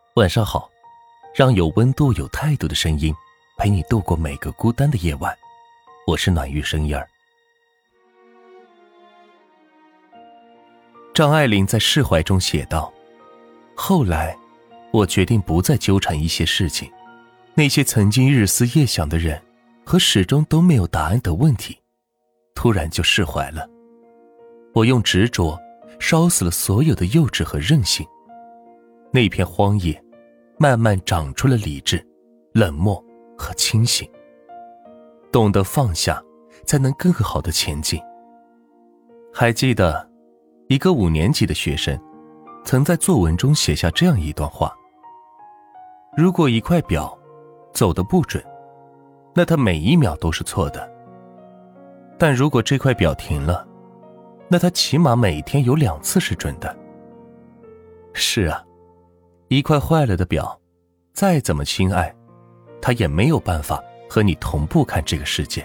晚上好，让有温度有态度的声音陪你度过每个孤单的夜晚。我是暖玉声音儿。张爱玲在释怀中写道，后来我决定不再纠缠一些事情，那些曾经日思夜想的人和始终都没有答案的问题，突然就释怀了。我用执着烧死了所有的幼稚和任性，那片荒野慢慢长出了理智、冷漠和清醒。懂得放下，才能更好地前进。还记得一个5年级的学生曾在作文中写下这样一段话：如果一块表走得不准，那它每一秒都是错的，但如果这块表停了，那它起码每天有2次是准的。是啊，一块坏了的表，再怎么亲爱，它也没有办法和你同步看这个世界。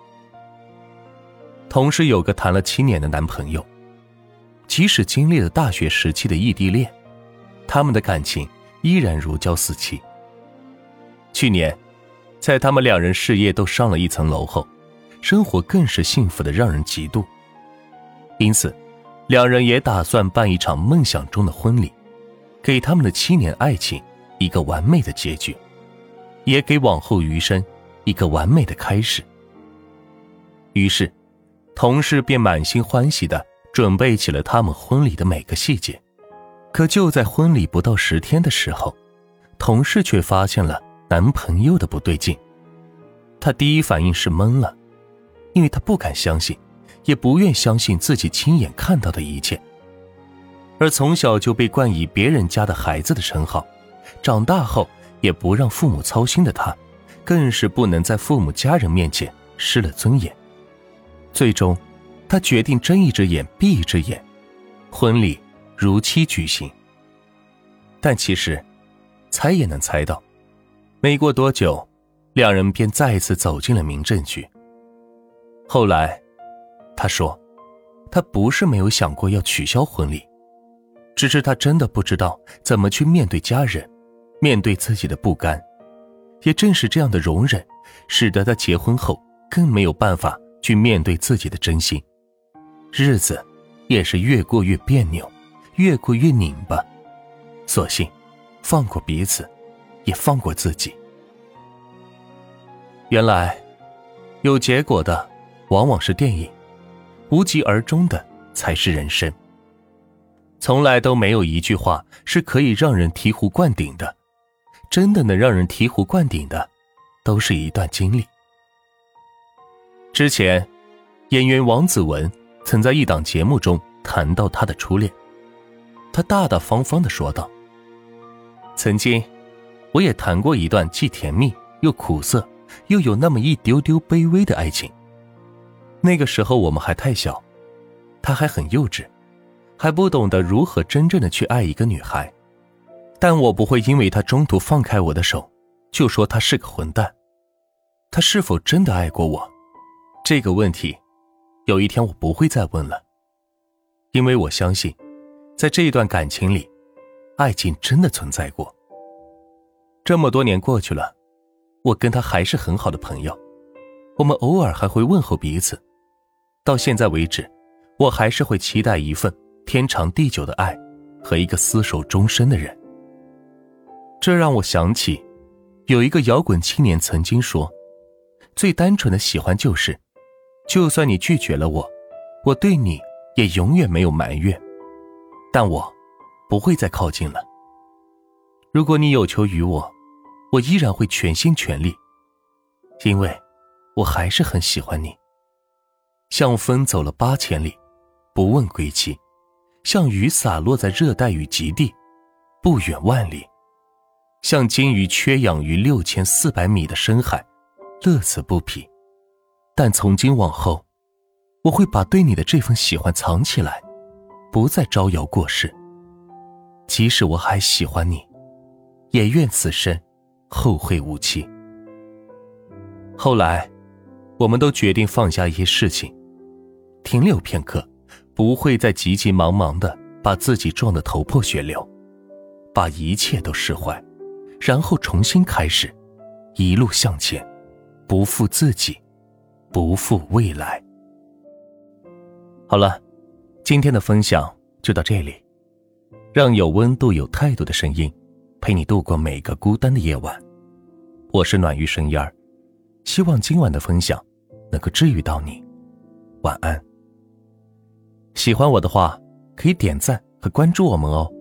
同事有个谈了7年的男朋友，即使经历了大学时期的异地恋，他们的感情依然如胶似漆。去年，在他们2人事业都上了一层楼后，生活更是幸福的让人嫉妒。因此2人也打算办一场梦想中的婚礼，给他们的7年爱情一个完美的结局，也给往后余生一个完美的开始。于是同事便满心欢喜地准备起了他们婚礼的每个细节。可就在婚礼不到10天的时候，同事却发现了男朋友的不对劲。他第一反应是懵了，因为他不敢相信，也不愿相信自己亲眼看到的一切。而从小就被冠以别人家的孩子的称号，长大后也不让父母操心的他，更是不能在父母家人面前失了尊严。最终他决定睁一只眼闭一只眼，婚礼如期举行。但其实猜也能猜到，没过多久2人便再次走进了民政局。后来他说，他不是没有想过要取消婚礼，只是他真的不知道怎么去面对家人，面对自己的不甘。也正是这样的容忍，使得他结婚后更没有办法去面对自己的真心，日子也是越过越别扭，越过越拧巴，索性放过彼此，也放过自己。原来有结果的往往是电影，无疾而终的才是人生。从来都没有一句话是可以让人醍醐灌顶的，真的能让人醍醐灌顶的，都是一段经历。之前演员王子文曾在一档节目中谈到他的初恋，他大大方方地说道，曾经我也谈过一段既甜蜜又苦涩又有那么一丢丢卑微的爱情。那个时候我们还太小，他还很幼稚，还不懂得如何真正的去爱一个女孩。但我不会因为他中途放开我的手就说他是个混蛋。他是否真的爱过我，这个问题有一天我不会再问了，因为我相信在这一段感情里，爱情真的存在过。这么多年过去了，我跟他还是很好的朋友，我们偶尔还会问候彼此。到现在为止，我还是会期待一份天长地久的爱和一个厮守终身的人。这让我想起有一个摇滚青年曾经说，最单纯的喜欢就是，就算你拒绝了我，我对你也永远没有埋怨，但我不会再靠近了。如果你有求于我，我依然会全心全力，因为我还是很喜欢你。像风走了8千里，不问归期；像雨洒落在热带雨极地，不远万里；像鲸鱼缺氧于6400米的深海，乐此不疲。但从今往后，我会把对你的这份喜欢藏起来，不再招摇过市。即使我还喜欢你，也愿此生后会无期。后来我们都决定放下一些事情，停留片刻，不会再急急忙忙地把自己撞得头破血流， 把一切都释怀，然后重新开始，一路向前，不负自己，不负未来。好了，今天的分享就到这里，让有温度有态度的声音陪你度过每个孤单的夜晚。我是暖玉声音儿，希望今晚的分享能够治愈到你。晚安。喜欢我的话，可以点赞和关注我们哦。